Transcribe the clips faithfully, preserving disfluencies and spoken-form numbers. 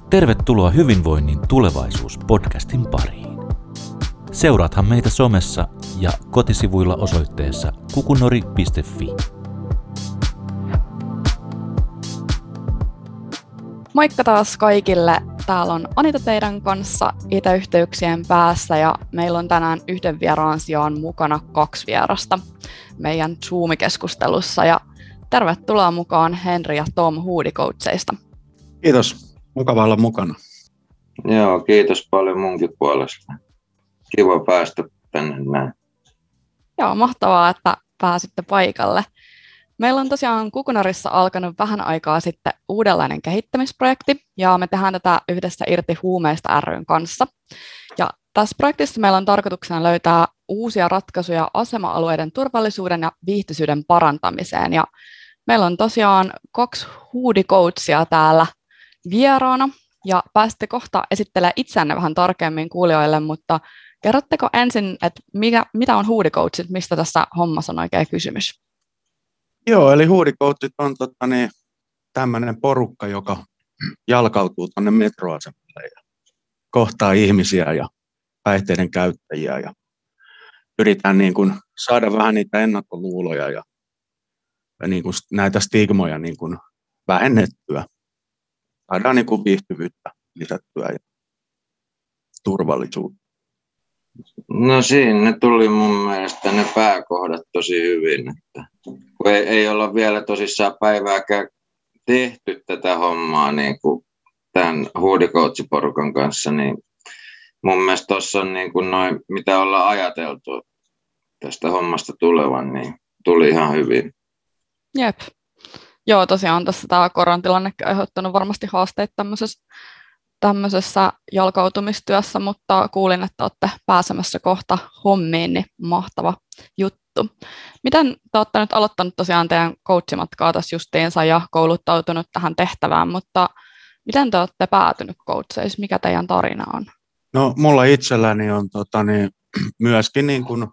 Tervetuloa Hyvinvoinnin tulevaisuus-podcastin pariin. Seuraathan meitä somessa ja kotisivuilla osoitteessa kukunori piste fi. Moikka taas kaikille. Täällä on Anita teidän kanssa etäyhteyksien päässä ja meillä on tänään yhden vieraan sijaan mukana kaksi vierasta meidän Zoom-keskustelussa. Ja tervetuloa mukaan Henri ja Tom Huudicoacheista. Kiitos. Mukava olla mukana. Joo, kiitos paljon munkin puolesta. Kiva päästä tänne näin. Joo, mahtavaa, että pääsitte paikalle. Meillä on tosiaan Kukunarissa alkanut vähän aikaa sitten uudenlainen kehittämisprojekti, ja me tehdään tätä yhdessä Irti huumeista ry:n kanssa. Ja tässä projektissa meillä on tarkoituksena löytää uusia ratkaisuja asema-alueiden turvallisuuden ja viihtyisyyden parantamiseen. Ja meillä on tosiaan kaksi Huudicoachia täällä vieraana, ja pääsette kohta esittelemään itseänne vähän tarkemmin kuulijoille, mutta kerrotteko ensin, että mikä, mitä on Huudicoachit, mistä tässä hommassa on oikea kysymys? Joo, eli Huudicoachit on tota, niin, tämmöinen porukka, joka jalkautuu tuonne metroasemalle ja kohtaa ihmisiä ja päihteiden käyttäjiä ja yritetään niin kuin, saada vähän niitä ennakkoluuloja ja, ja niin kuin, näitä stigmoja niin kuin, vähennettyä. Saadaan niin kuin, viihtyvyyttä lisättyä ja turvallisuutta. No siinä tuli mun mielestä ne pääkohdat tosi hyvin, että kun ei, ei olla vielä tosissaan päivääkään tehty tätä hommaa niin kuin tämän Huudicoach-porukan kanssa, niin mun mielestä tuossa on niin kuin noin, mitä ollaan ajateltu tästä hommasta tulevan, niin tuli ihan hyvin. Jep. Joo, tosiaan tässä tämä koronatilannekin on aiheuttanut varmasti haasteita tämmöisessä, tämmöisessä jalkautumistyössä, mutta kuulin, että olette pääsemässä kohta hommiin, niin mahtava juttu. Miten te olette nyt aloittanut tosiaan teidän coachimatkaa tässä justiinsa ja kouluttautunut tähän tehtävään, mutta miten te olette päätynyt coacheiksi? Mikä teidän tarina on? No, mulla itselläni on tota, niin, myöskin niin kuin,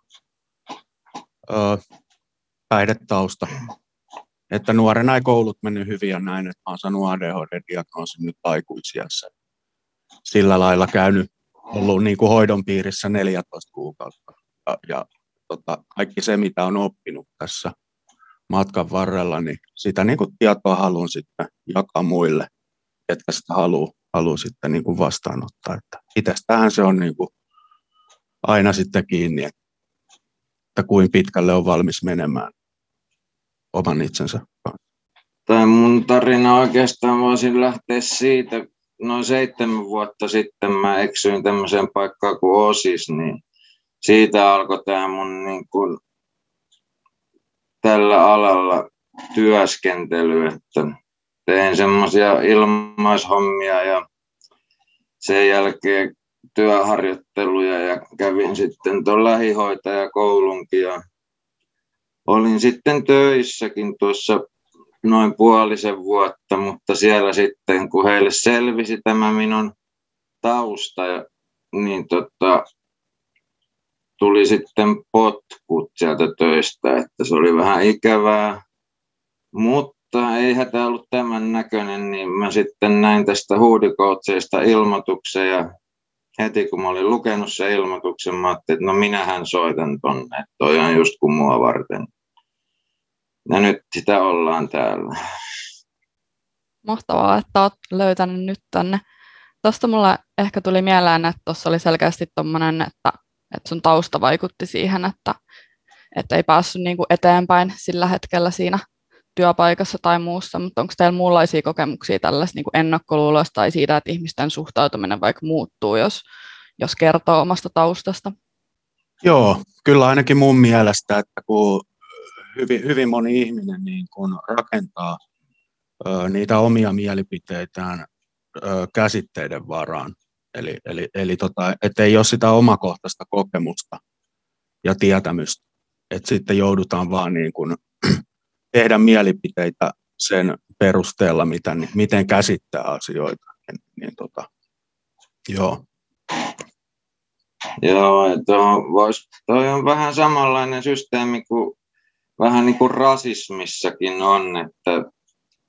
ö, päihdetausta. Että nuorena ei koulut mennyt hyvin ja näin, että olen saanut A D H D-diagnoosin nyt aikuisiässä. Sillä lailla käynyt, ollut niin kuin hoidon piirissä neljätoista kuukautta. Ja, ja tota, kaikki se, mitä on oppinut tässä matkan varrella, niin sitä niin kuin tietoa haluan sitten jakaa muille, että sitä haluaa, haluaa sitten niin kuin vastaanottaa. Että itsestähän se on niin kuin aina sitten kiinni, että kuinka pitkälle on valmis menemään oman itsensä kanssa. Tämä mun tarina oikeastaan voisin lähteä siitä, noin seitsemän vuotta sitten mä eksyin tämmöiseen paikkaan kuin Osis, niin siitä alkoi tämä mun niin kuin tällä alalla työskentely, että tein semmoisia ilmaishommia ja sen jälkeen työharjoitteluja ja kävin sitten tuon lähihoitajakoulunkin ja olin sitten töissäkin tuossa noin puolisen vuotta, mutta siellä sitten, kun heille selvisi tämä minun tausta, niin tota, tuli sitten potkut sieltä töistä, että se oli vähän ikävää, mutta ei hätä ollut tämän näköinen, niin mä sitten näin tästä Huudicoacheista ilmoituksen ja heti kun mä olin lukenut sen ilmoituksen, mä ajattelin, että no minähän soitan tonne, että toi on just kuin mua varten. Ja nyt sitä ollaan täällä. Mahtavaa, että olet löytänyt nyt tänne. Tuosta mulle ehkä tuli mieleen, että tuossa oli selkeästi tommoinen, että, että sun tausta vaikutti siihen, että, että ei päässyt niinku eteenpäin sillä hetkellä siinä työpaikassa tai muussa, mutta onko teillä muunlaisia kokemuksia tällaisista niinku ennakkoluuloista tai siitä, että ihmisten suhtautuminen vaikka muuttuu, jos, jos kertoo omasta taustasta? Joo, kyllä ainakin mun mielestä, että kun hyvin, hyvin moni ihminen niin kun rakentaa ö, niitä omia mielipiteitään ö, käsitteiden varaan, eli, eli, eli tota, ettei ole sitä omakohtaista kokemusta ja tietämystä, että sitten joudutaan vaan niin kun tehdä mielipiteitä sen perusteella, mitä, miten käsittää asioita. Niin, niin tota, joo. Joo, vois, toi on vähän samanlainen systeemi kuin vähän niin kuin rasismissakin on, että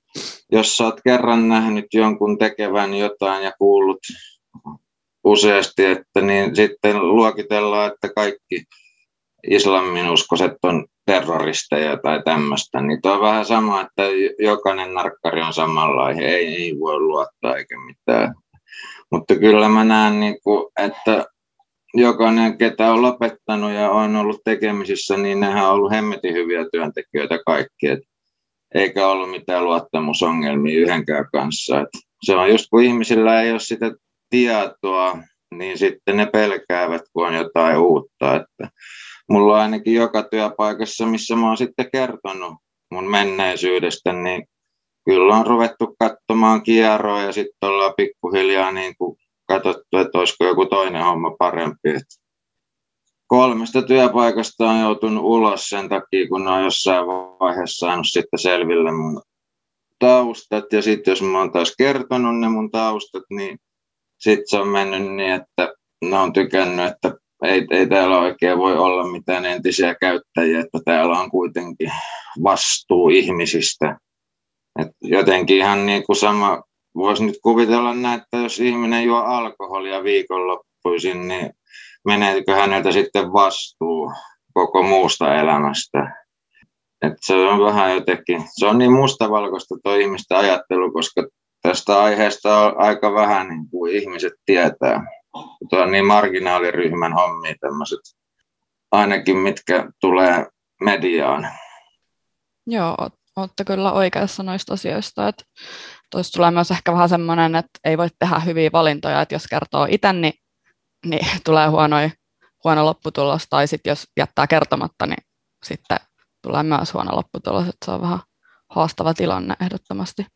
jos sä oot kerran nähnyt jonkun tekevän jotain ja kuullut useasti, että niin sitten luokitellaan, että kaikki islaminuskoiset on terroristeja tai tämmöistä, niin tuo on vähän sama, että jokainen narkkari on samanlainen, ei, ei voi luottaa eikä mitään. Mutta kyllä mä näen, niin kuin, että jokainen, ketä on lopettanut ja on ollut tekemisissä, niin nehän on ollut hemmetin hyviä työntekijöitä kaikki, et eikä ollut mitään luottamusongelmia yhdenkään kanssa. Et se on just kun ihmisillä ei ole sitä tietoa, niin sitten ne pelkäävät, kun on jotain uutta. Että mulla on ainakin joka työpaikassa, missä mä oon sitten kertonut mun menneisyydestä, niin kyllä on ruvettu katsomaan kierroa ja sitten ollaan pikkuhiljaa niin kuin katsottu, että olisiko joku toinen homma parempi. Et kolmesta työpaikasta on joutunut ulos sen takia, kun on jossain vaiheessa saanut sitten selville mun taustat. Ja sitten jos mä oon taas kertonut ne mun taustat, niin sitten se on mennyt niin, että ne on tykännyt, että ei, ei täällä oikein voi olla mitään entisiä käyttäjiä, että täällä on kuitenkin vastuu ihmisistä. Et jotenkin ihan niin kuin sama, voisi nyt kuvitella näin, että jos ihminen juo alkoholia viikonloppuisin, niin meneekö häneltä sitten vastuu koko muusta elämästä. Et se on vähän jotenkin, se on niin mustavalkoista tuo ihmisten ajattelu, koska tästä aiheesta on aika vähän niin kuin ihmiset tietää. Tuo on niin marginaaliryhmän hommia tämmöiset, ainakin mitkä tulee mediaan. Joo, olette kyllä oikeassa noista asioista. Että tuossa tulee myös ehkä vähän semmoinen, että ei voi tehdä hyviä valintoja, että jos kertoo itse, niin, niin tulee huono, huono lopputulos, tai sitten jos jättää kertomatta, niin sitten tulee myös huono lopputulos, että se on vähän haastava tilanne ehdottomasti.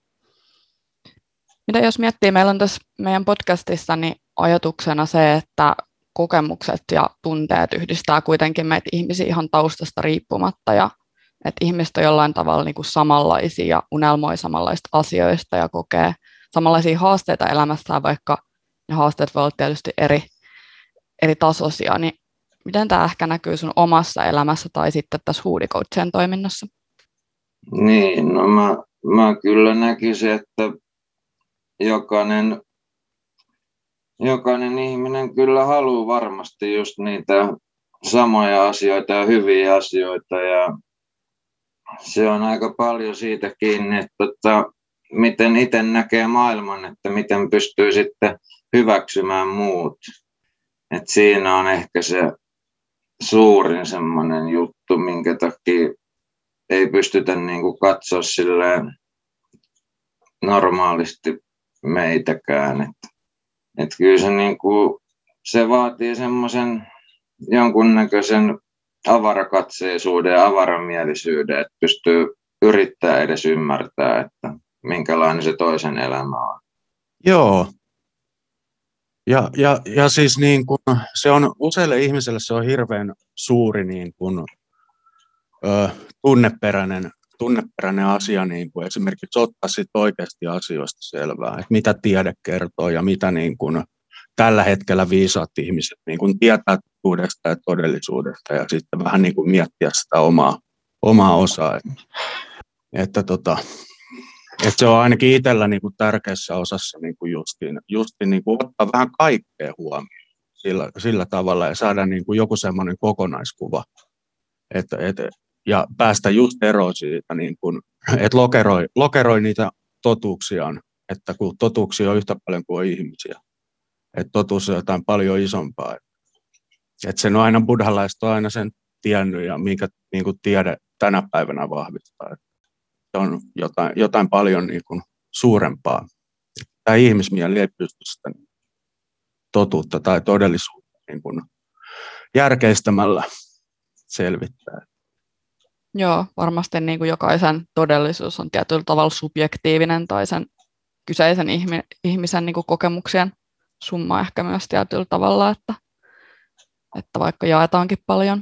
Mitä jos miettii, meillä on tässä meidän podcastissa niin ajatuksena se, että kokemukset ja tunteet yhdistää kuitenkin meitä ihmisiä ihan taustasta riippumatta, ja että ihmiset on jollain tavalla niin kuin samanlaisia ja unelmoi samanlaista asioista ja kokee samanlaisia haasteita elämässään, vaikka ne haasteet voi olla tietysti eri, eri tasoisia. Niin miten tämä ehkä näkyy sun omassa elämässä tai sitten tässä Huudi-coachien toiminnassa? Niin, no mä, mä kyllä näkisin, että jokainen, jokainen ihminen kyllä haluaa varmasti just niitä samoja asioita ja hyviä asioita, ja se on aika paljon siitä kiinni, että tota, miten itse näkee maailman, että miten pystyy sitten hyväksymään muut. Et siinä on ehkä se suurin semmoinen juttu, minkä takia ei pystytä niinku katsoa silleen normaalisti meitäkään. Et, et kyllä se, niinku, se vaatii semmoisen jonkunnäköisen avarakatseisuuden ja avaramielisyyden, että pystyy yrittää edes ymmärtää, että minkälainen se toisen elämä on. Joo. Ja, ja, ja siis niin kun, se on useille ihmisille se on hirveän suuri niin kun, ö, tunneperäinen, tunneperäinen asia, niin kun esimerkiksi ottaa sit oikeasti asioista selvää, että mitä tiede kertoo ja mitä niin kun, tällä hetkellä viisaat ihmiset niin kun tietää totuudesta ja todellisuudesta ja sitten vähän niin kuin miettiä sitä omaa, omaa osaa. Että, että, tota, että se on ainakin itsellä niin kuin tärkeässä osassa niin kuin justiin, justiin niin kuin ottaa vähän kaikkea huomioon sillä, sillä tavalla ja saada niin kuin joku semmoinen kokonaiskuva. Että, että, ja päästä just eroon siitä, niin kuin, että lokeroi, lokeroi niitä totuuksiaan, että kun totuuksia on yhtä paljon kuin on ihmisiä. Että totuus on jotain paljon isompaa. Että sen on aina, buddhalaiset on aina sen tiennyt ja minkä niin kuin tiede tänä päivänä vahvistaa. Että se on jotain, jotain paljon niin kuin suurempaa. Tämä ihmismieli ei pysty sitä totuutta tai todellisuutta niin kuin järkeistämällä selvittämään. Joo, varmasti niin kuin jokaisen todellisuus on tietyllä tavalla subjektiivinen tai sen kyseisen ihmisen niin kuin kokemuksien summa ehkä myös tietyllä tavalla, että, että vaikka jaetaankin paljon.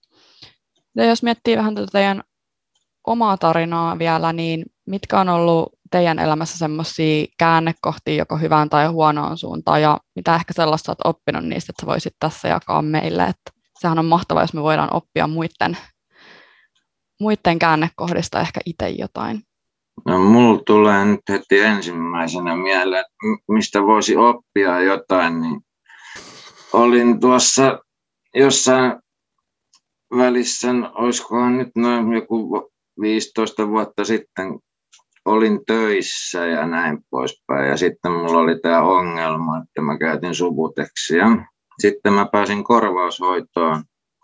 Ja jos miettii vähän tätä teidän omaa tarinaa vielä, niin mitkä on ollut teidän elämässä semmoisia käännekohtia joko hyvään tai huonoon suuntaan, ja mitä ehkä sellaista olet oppinut niistä, että sä voisit tässä jakaa meille, että sehän on mahtavaa, jos me voidaan oppia muiden, muiden käännekohdista ehkä itse jotain. No, mulla tulee nyt heti ensimmäisenä mieleen, mistä voisi oppia jotain, niin olin tuossa jossain välissä, olisikohan nyt noin joku viisitoista vuotta sitten, olin töissä ja näin poispäin. Ja sitten mulla oli tämä ongelma, että mä käytin Subutexia. Sitten mä pääsin korvaushoitoon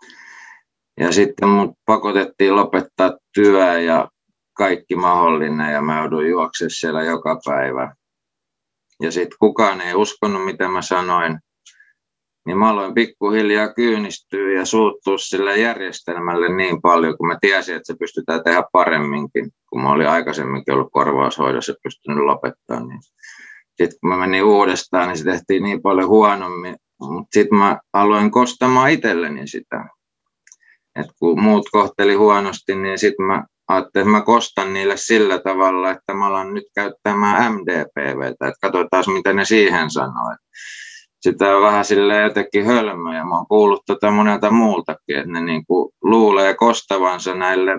ja sitten mut pakotettiin lopettaa työ ja kaikki mahdollinen ja mä jouduin juoksemaan siellä joka päivä. Ja sitten kukaan ei uskonut, mitä mä sanoin. Niin mä aloin pikkuhiljaa kyynistyä ja suuttua sille järjestelmälle niin paljon, kun mä tiesin, että se pystytään tehdä paremminkin. Kun mä olin aikaisemminkin ollut korvaushoidossa ja pystynyt lopettamaan. Niin. Sitten kun mä menin uudestaan, niin se tehtiin niin paljon huonommin. Mutta sitten mä aloin kostamaan itselleni sitä. Et kun muut kohteli huonosti, niin sitten mä ajattelin, että mä kostan niille sillä tavalla, että mä alan nyt käyttämään M D P V:tä. Että katsotaan, mitä ne siihen sanoo. Sitä on vähän silleen jotenkin hölmöä ja mä oon kuullut tota monelta muultakin, että ne niinku luulee kostavansa näille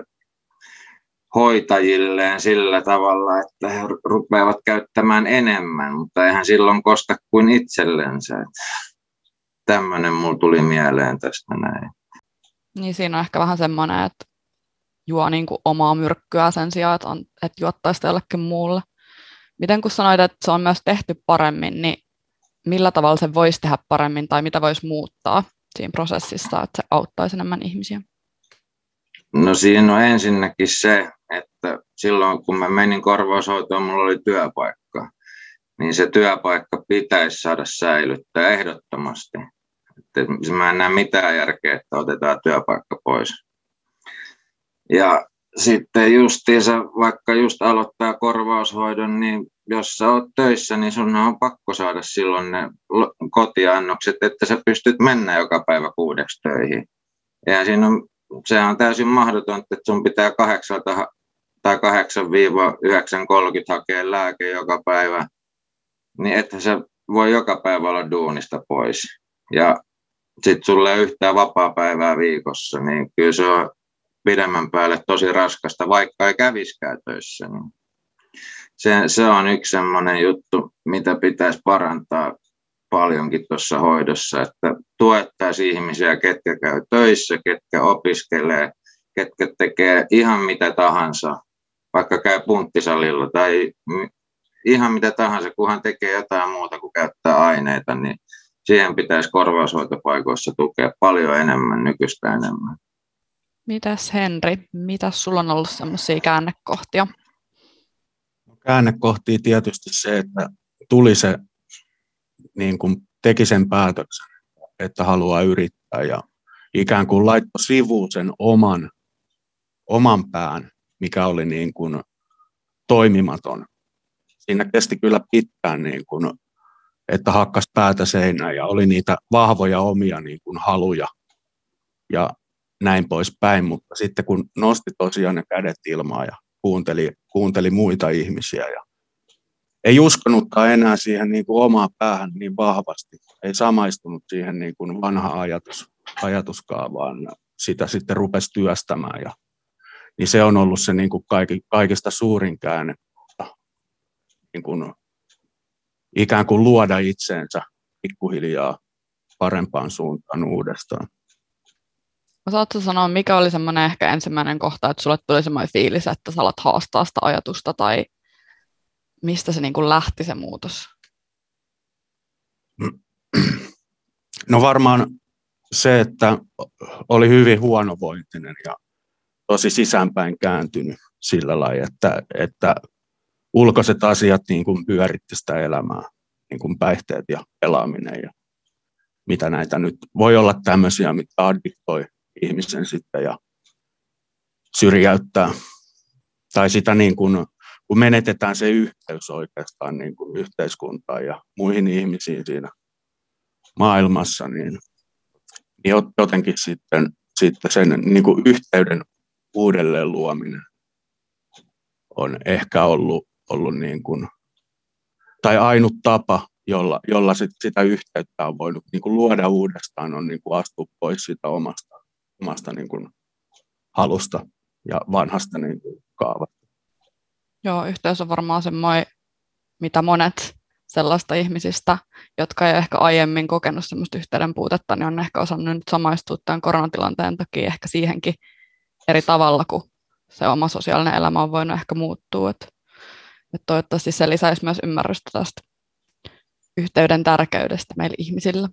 hoitajilleen sillä tavalla, että he rupeavat käyttämään enemmän, mutta eihän silloin kosta kuin itsellensä. Tämmöinen mulla tuli mieleen tästä näin. Niin siinä on ehkä vähän semmoinen, että juo niin kuin omaa myrkkyä sen sijaan, että, on, että juottaisi jollekin muulle. Miten kun sanoit, että se on myös tehty paremmin, niin millä tavalla se voisi tehdä paremmin tai mitä voisi muuttaa siinä prosessissa, että se auttaisi enemmän ihmisiä? No siinä on ensinnäkin se, että silloin kun mä menin korvaushoitoon, mulla oli työpaikka, niin se työpaikka pitäisi saada säilyttää ehdottomasti. Että mä en näe mitään järkeä, että otetaan työpaikka pois. Ja sitten justiinsa, vaikka just aloittaa korvaushoidon, niin jos sä oot töissä, niin sun on pakko saada silloin ne kotiannokset, että sä pystyt mennä joka päivä kuudeksi töihin. Ja siinä on, se on täysin mahdotonta, että sun pitää kahdeksalta tai kahdeksan yhdeksän kolmekymmentä hakea lääke joka päivä, niin että sä voi joka päivä olla duunista pois. Ja sitten sulla ei yhtään vapaa-päivää viikossa, niin kyllä se on pidemmän päälle tosi raskasta, vaikka ei käviskään töissä. Niin se, se on yksi sellainen juttu, mitä pitäisi parantaa paljonkin tuossa hoidossa, että tuettaisiin ihmisiä, ketkä käy töissä, ketkä opiskelee, ketkä tekee ihan mitä tahansa, vaikka käy punttisalilla tai ihan mitä tahansa, kunhan tekee jotain muuta kuin käyttää aineita, niin siihen pitäisi korvaushoitopaikoissa tukea paljon enemmän, nykyistä enemmän. Mitäs Henri, mitäs sulla on ollut sellaisia käännekohtia? Käännekohtia tietysti se, että tuli se, niin kuin teki sen päätöksen, että haluaa yrittää ja ikään kuin laittoi sivuun sen oman, oman pään, mikä oli niin kuin toimimaton. Siinä kesti kyllä pitkään, niin kuin, että hakkas päätä seinään ja oli niitä vahvoja omia niin kuin haluja ja näin poispäin, mutta sitten kun nosti tosiaan ne kädet ilmaan ja kuunteli, kuunteli muita ihmisiä ja ei uskonutkaan enää siihen niin kuin omaan päähän niin vahvasti, ei samaistunut siihen niin kuin vanhaan ajatus, ajatuskaavaan, sitä sitten rupesi työstämään ja niin se on ollut se niin kuin kaikista suurin käänne, niin kuin ikään kuin luoda itseensä pikkuhiljaa parempaan suuntaan uudestaan. Osaatko sanoa, mikä oli semmoinen ehkä ensimmäinen kohta, että sulle tuli semmoinen fiilis, että sä alat haastaa sitä ajatusta, tai mistä se niin kuin lähti se muutos? No varmaan se, että oli hyvin huonovointinen ja tosi sisäänpäin kääntynyt sillä lailla, että, että ulkoiset asiat niin kuin pyöritti sitä elämää, niin kuin päihteet ja pelaaminen ja mitä näitä nyt voi olla tämmöisiä, mitä addiktoi ihmisen sitten ja syrjäyttää. Tai sitä niin kuin, kun menetetään se yhteys oikeastaan niin kuin yhteiskuntaan ja muihin ihmisiin siinä maailmassa, niin, niin jotenkin sitten, sitten sen niin kuin yhteyden uudelleen luominen on ehkä ollut, ollut niin kuin, tai ainut tapa, jolla, jolla sit sitä yhteyttä on voinut niin kuin luoda uudestaan, on niin kuin astua pois siitä omasta, omasta niin kuin halusta ja vanhasta niin kuin kaavasta. Joo, yhteys on varmaan semmoinen, mitä monet sellaista ihmisistä, jotka ei ehkä aiemmin kokenut semmoista yhteyden puutetta, niin on ehkä osannut nyt samaistua tämän koronatilanteen takia ehkä siihenkin eri tavalla, kun se oma sosiaalinen elämä on voinut ehkä muuttua. Et, et toivottavasti se lisäisi myös ymmärrystä tästä yhteyden tärkeydestä meille ihmisillä.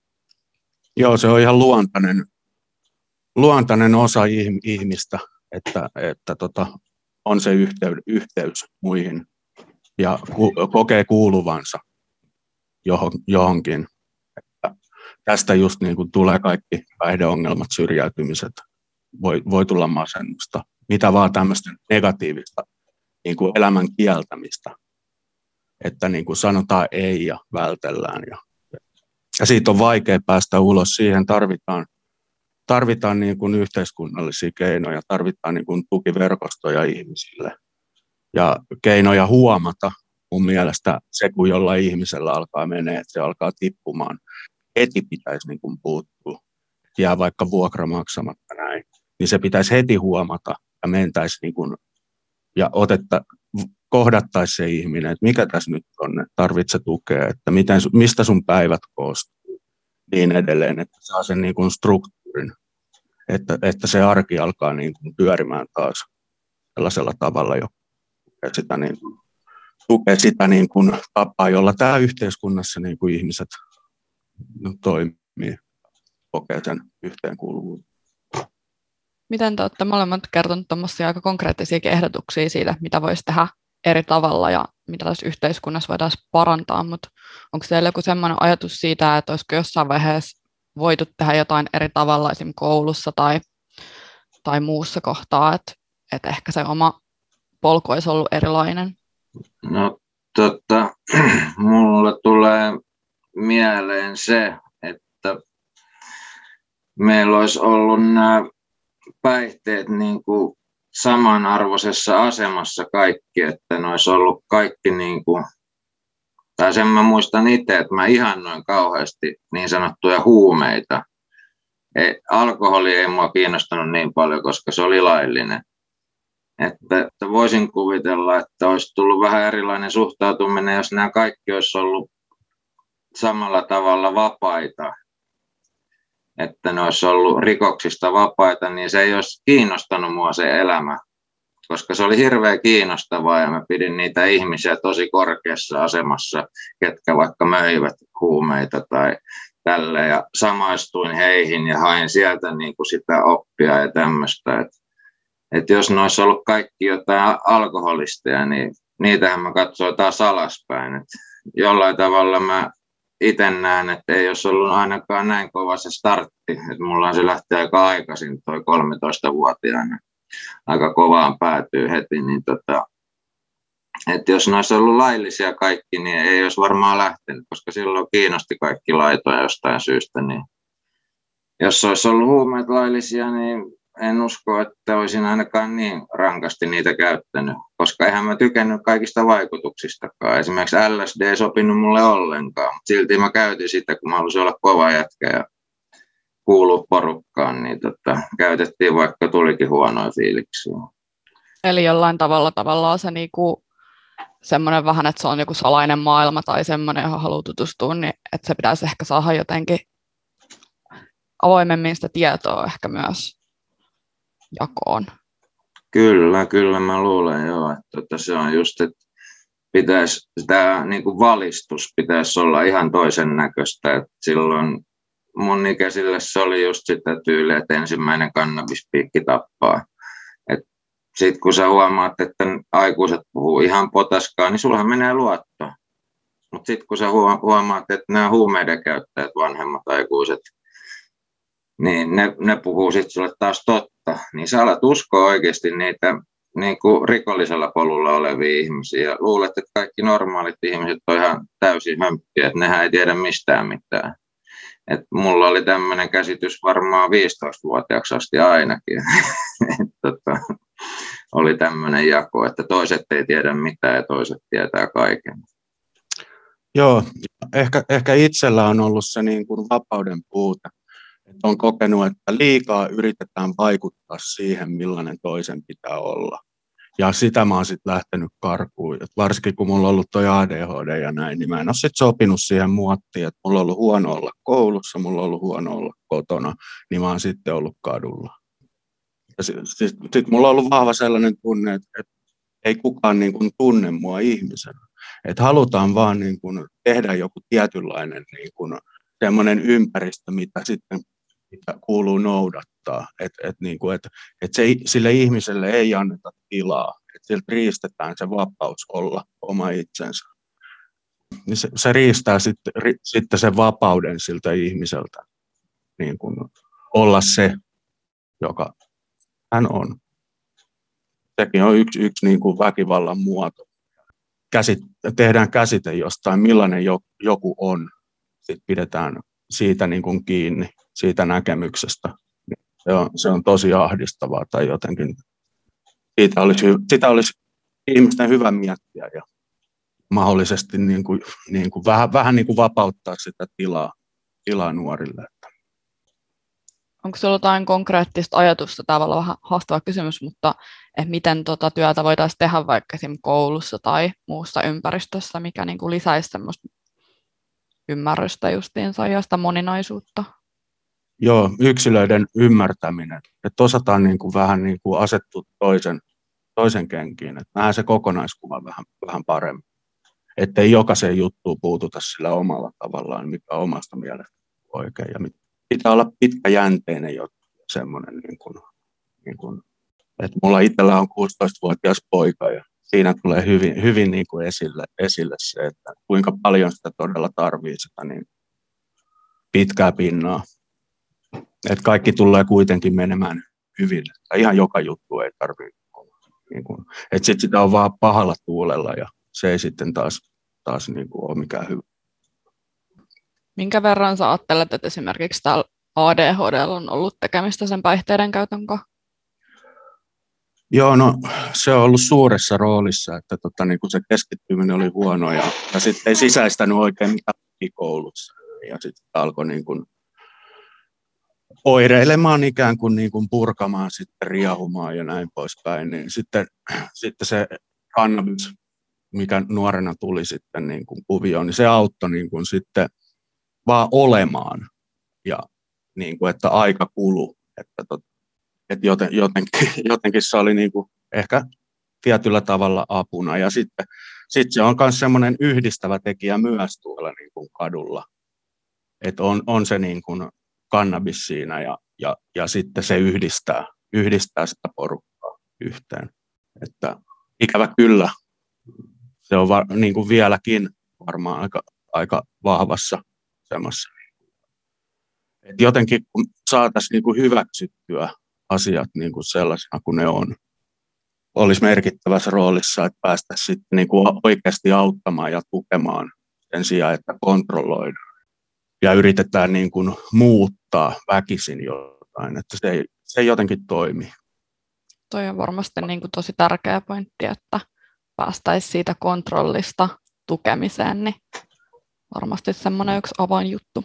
Joo, se on ihan luontainen, luontainen osa ihmistä, että, että tota, on se yhteys, yhteys muihin ja ku, kokee kuuluvansa johon, johonkin. Että tästä just niin kuin tulee kaikki päihdeongelmat, syrjäytymiset, voi, voi tulla masennusta, mitä vaan tämmöistä negatiivista niin kuin elämän kieltämistä, että niin kuin sanotaan ei ja vältellään. Ja, ja siitä on vaikea päästä ulos, siihen tarvitaan, tarvitaan niin kuin yhteiskunnallisia keinoja, tarvitaan niin kuin tukiverkostoja ihmisille ja keinoja huomata. Mun mielestä se, kun jollain ihmisellä alkaa menee, että se alkaa tippumaan, heti pitäisi niin kuin puuttua, jää vaikka vuokra maksamatta näin, niin se pitäisi heti huomata ja mentäisi niin kuin, ja otetta, kohdattaisi se ihminen, että mikä tässä nyt on, että tarvitse tukea, että miten, mistä sun päivät koostuu, niin edelleen, että saa sen niin kuin struktuurin, että, että se arki alkaa niin kuin pyörimään taas sellaisella tavalla, joka tukee sitä, niin kuin, tukee sitä niin kuin tapaa, jolla tämä yhteiskunnassa niin kuin ihmiset toimii, kokee sen yhteenkuuluvuuden. Miten te olette molemmat kertoneet tuommoisia aika konkreettisiakin ehdotuksia siitä, mitä voisi tehdä eri tavalla ja mitä tässä yhteiskunnassa voitaisiin parantaa, mutta onko teillä joku sellainen ajatus siitä, että olisiko jossain vaiheessa voitu tehdä jotain eri tavalla esimerkiksi koulussa tai, tai muussa kohtaa, että, että ehkä se oma polku olisi ollut erilainen? No tota, mulle tulee mieleen se, että meillä olisi ollut nämä päihteet niin kuin samanarvoisessa asemassa kaikki, että ne olisi ollut kaikki, niin kuin, tai sen mä muistan itse, että mä ihannoin kauheasti niin sanottuja huumeita. Ei, alkoholi ei mua kiinnostanut niin paljon, koska se oli laillinen. Että, että voisin kuvitella, että olisi tullut vähän erilainen suhtautuminen, jos nämä kaikki olisi ollut samalla tavalla vapaita, että ne olisi ollut rikoksista vapaita, niin se ei olisi kiinnostanut mua se elämä, koska se oli hirveän kiinnostavaa ja mä pidin niitä ihmisiä tosi korkeassa asemassa, ketkä vaikka möivät huumeita tai tällä ja samaistuin heihin ja hain sieltä niin kuin sitä oppia ja tämmöistä. Että et jos ne olisi ollut kaikki jotain alkoholisteja, niin niitähän mä katsoin taas alaspäin. Et jollain tavalla mä itse näen, että ei olisi ollut ainakaan näin kova se startti. Et mulla se lähti aika aikaisin, toi kolmetoistavuotiaana. Aika kovaan päätyy heti. Niin tota, että jos ne olisi ollut laillisia kaikki, niin ei olisi varmaan lähtenyt, koska silloin kiinnosti kaikki laitoja jostain syystä. Niin jos olisi ollut huumeet laillisia, niin en usko, että olisin ainakaan niin rankasti niitä käyttänyt, koska eihän mä tykännyt kaikista vaikutuksistakaan. Esimerkiksi L S D ei sopinut mulle ollenkaan, mutta silti mä käytin sitä, kun mä halusin olla kova jätkä ja kuulua porukkaan, niin tota, käytettiin vaikka tulikin huonoja fiiliksiä. Eli jollain tavalla tavallaan se niinku semmoinen vähän, että se on joku salainen maailma tai semmoinen, johon haluaa tutustua, niin että se pitäisi ehkä saada jotenkin avoimemmin sitä tietoa ehkä myös jakoon. Kyllä, kyllä mä luulen joo, että tota, se on just, että pitäisi, tämä niin kuin valistus pitäisi olla ihan toisen näköistä, että silloin mun ikäisille se oli just sitä tyyliä, että ensimmäinen kannabispiikki tappaa. Sitten kun sä huomaat, että aikuiset puhuu ihan potaskaa, niin sullahan menee luotto. Mutta sitten kun sä huomaat, että nämä huumeiden käyttäjät, vanhemmat aikuiset, niin ne, ne puhuu sitten sulle taas totta. Niin sä alat uskoa oikeasti niitä niin kuin rikollisella polulla olevia ihmisiä. Ja luulet, että kaikki normaalit ihmiset on ihan täysin hömppiä, että nehän ei tiedä mistään mitään. Et mulla oli tämmöinen käsitys varmaan viisitoistavuotiaaksi asti ainakin. tota, oli tämmöinen jako, että toiset ei tiedä mitään ja toiset tietää kaiken. Joo, ehkä, ehkä itsellä on ollut se niin kuin vapauden puute. Että on kokenut, että liikaa yritetään vaikuttaa siihen, millainen toisen pitää olla. Ja sitä mä oon sitten lähtenyt karkuun. Et varsinkin kun mulla on ollut toi A D H D ja näin, niin mä en ole sitten sopinut siihen muottiin, että mulla on ollut huono olla koulussa, mulla on ollut huono olla kotona, niin mä oon sitten ollut kadulla. Ja sitten sit, sit mulla on ollut vahva sellainen tunne, että, että ei kukaan niin kuin tunne mua ihmisenä. Että halutaan vaan niin kuin tehdä joku tietynlainen niin kuin semmoinen ympäristö, mitä sitten mitä kuuluu noudattaa. Että et niin kuin, et, et se, sille ihmiselle ei anneta tilaa. Että siltä riistetään se vapaus olla oma itsensä. Niin se, se riistää sitten, ri, sitten sen vapauden siltä ihmiseltä niin kuin olla se, joka hän on. Sekin on yksi, yksi niin kuin väkivallan muoto. Käsit, tehdään käsite jostain, millainen joku on. Sitten pidetään siitä niin kuin kiinni, siitä näkemyksestä. Se on, se on tosi ahdistavaa tai jotenkin. Siitä olisi, sitä olisi ihmisten hyvä miettiä ja mahdollisesti niin kuin, niin kuin vähän, vähän niin kuin vapauttaa sitä tilaa, tilaa nuorille. Onko sinulla jotain konkreettista ajatusta? Tämä on vähän haastava kysymys, mutta että miten tuota työtä voitaisiin tehdä vaikka esimerkiksi koulussa tai muussa ympäristössä, mikä niin kuin lisäisi semmoista ymmärrystä justiinsa ja sitä moninaisuutta? Joo, yksilöiden ymmärtäminen, että osataan niin kuin vähän niin kuin asettua toisen, toisen kenkiin, että nähdään se kokonaiskuva vähän, vähän paremmin, ettei jokaiseen juttuun puututa sillä omalla tavallaan, mikä on omasta mielestä oikein. Ja pitää olla pitkäjänteinen joku semmoinen, niin kuin, niin kuin, että mulla itsellä on kuusitoistavuotias poika ja siinä tulee hyvin, hyvin niin kuin esille, esille se, että kuinka paljon sitä todella tarvitsee sitä niin pitkää pinnaa. Että kaikki tulee kuitenkin menemään hyvin. Ihan joka juttu ei tarvitse. Niin kuin, että sitten sitä on vaan pahalla tuulella ja se ei sitten taas, taas niin kuin ole mikään hyvä. Minkä verran sä ajattelet, että esimerkiksi täällä A D H D:llä on ollut tekemistä sen päihteiden käytön kanssa? Joo, no se on ollut suuressa roolissa, että tota, niin kun se keskittyminen oli huono ja, ja sitten ei sisäistänyt oikein mitään koulussa. Ja sitten alkoi niin kun oireilemaan ikään kuin, niin kuin purkamaan, sitten riehumaan ja näin poispäin. Niin sitten, sitten se kannabis, mikä nuorena tuli sitten niin kuin kuvioon, niin se auttoi niin kuin sitten vaan olemaan ja niin kuin, että aika kului. Että, tot, että joten, jotenkin, jotenkin se oli niin kuin ehkä tietyllä tavalla apuna. Ja sitten, sitten se on myös semmoinen yhdistävä tekijä myös tuolla niin kuin kadulla. Että on, on se niin kuin kannabis siinä ja, ja, ja sitten se yhdistää, yhdistää sitä porukkaa yhteen. Että ikävä kyllä se on var, niin kuin vieläkin varmaan aika, aika vahvassa semmoisessa. Et jotenkin kun saataisiin niin kuin hyväksyttyä asiat niin kuin sellaisena kuin ne on, olisi merkittävässä roolissa, että päästäisiin sitten niin kuin oikeasti auttamaan ja tukemaan sen sijaan, että kontrolloidaan. Ja yritetään niin kuin muuttaa väkisin jotain, että se ei, se ei jotenkin toimi. Toi on varmasti niin kuin tosi tärkeä pointti, että päästäisiin siitä kontrollista tukemiseen, niin varmasti semmoinen yksi avainjuttu.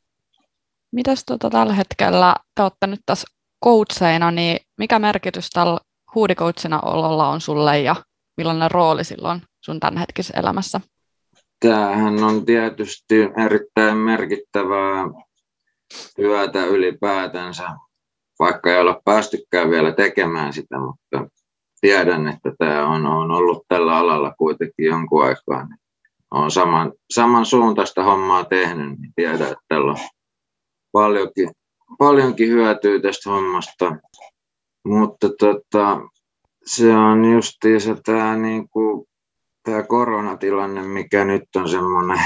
Mitäs tuota tällä hetkellä, te olette nyt tässä coacheina, niin mikä merkitys tällä huudicoachina ololla on sulle ja millainen rooli silloin sun tämänhetkisessä elämässä? Tämähän on tietysti erittäin merkittävää työtä ylipäätänsä, vaikka ei ole päästykään vielä tekemään sitä, mutta tiedän, että tämä on, on ollut tällä alalla kuitenkin jonkun aikaa. Olen saman, samansuuntaista hommaa tehnyt, niin tiedän, että tällä on paljonkin, paljonkin hyötyä tästä hommasta, mutta tota, se on justiinsa tämä niinku, tämä koronatilanne, mikä nyt on semmoinen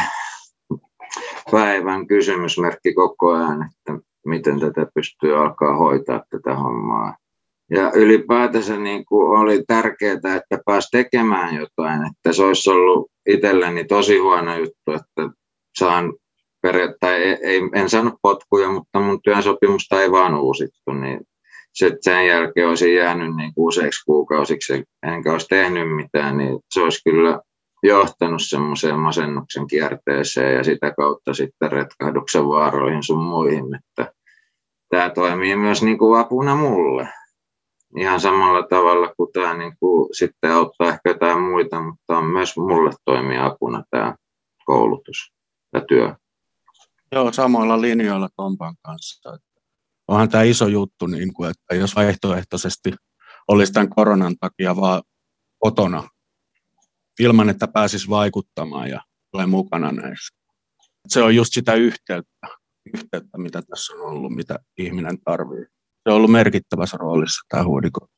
päivän kysymysmerkki koko ajan, että miten tätä pystyy alkaa hoitaa tätä hommaa. Ja ylipäätänsä niin kuin oli tärkeää, että pääsi tekemään jotain, että se olisi ollut itselleni tosi huono juttu, että saan tai ei, en saanut potkuja, mutta mun työsopimusta ei vaan uusittu, niin sen jälkeen olisin jäänyt niin useiksi kuukausiksi enkä olisi tehnyt mitään, niin se olisi kyllä johtanut semmoiseen masennuksen kierteeseen ja sitä kautta sitten retkahduksen vaaroihin sun muihin, että tämä toimii myös niin kuin apuna mulle. ihan samalla tavalla kuin tämä niin kuin sitten auttaa ehkä jotain muita, mutta on myös mulle toimia apuna tämä koulutus ja työ. Joo, samoilla linjoilla Tompan kanssa. Onhan tämä iso juttu, niin kuin, että jos vaihtoehtoisesti olisi tämän koronan takia vaan kotona, ilman että pääsisi vaikuttamaan ja ole mukana näissä. Se on just sitä yhteyttä, yhteyttä mitä tässä on ollut, mitä ihminen tarvitsee. Se on ollut merkittävässä roolissa tämä huudikoulu.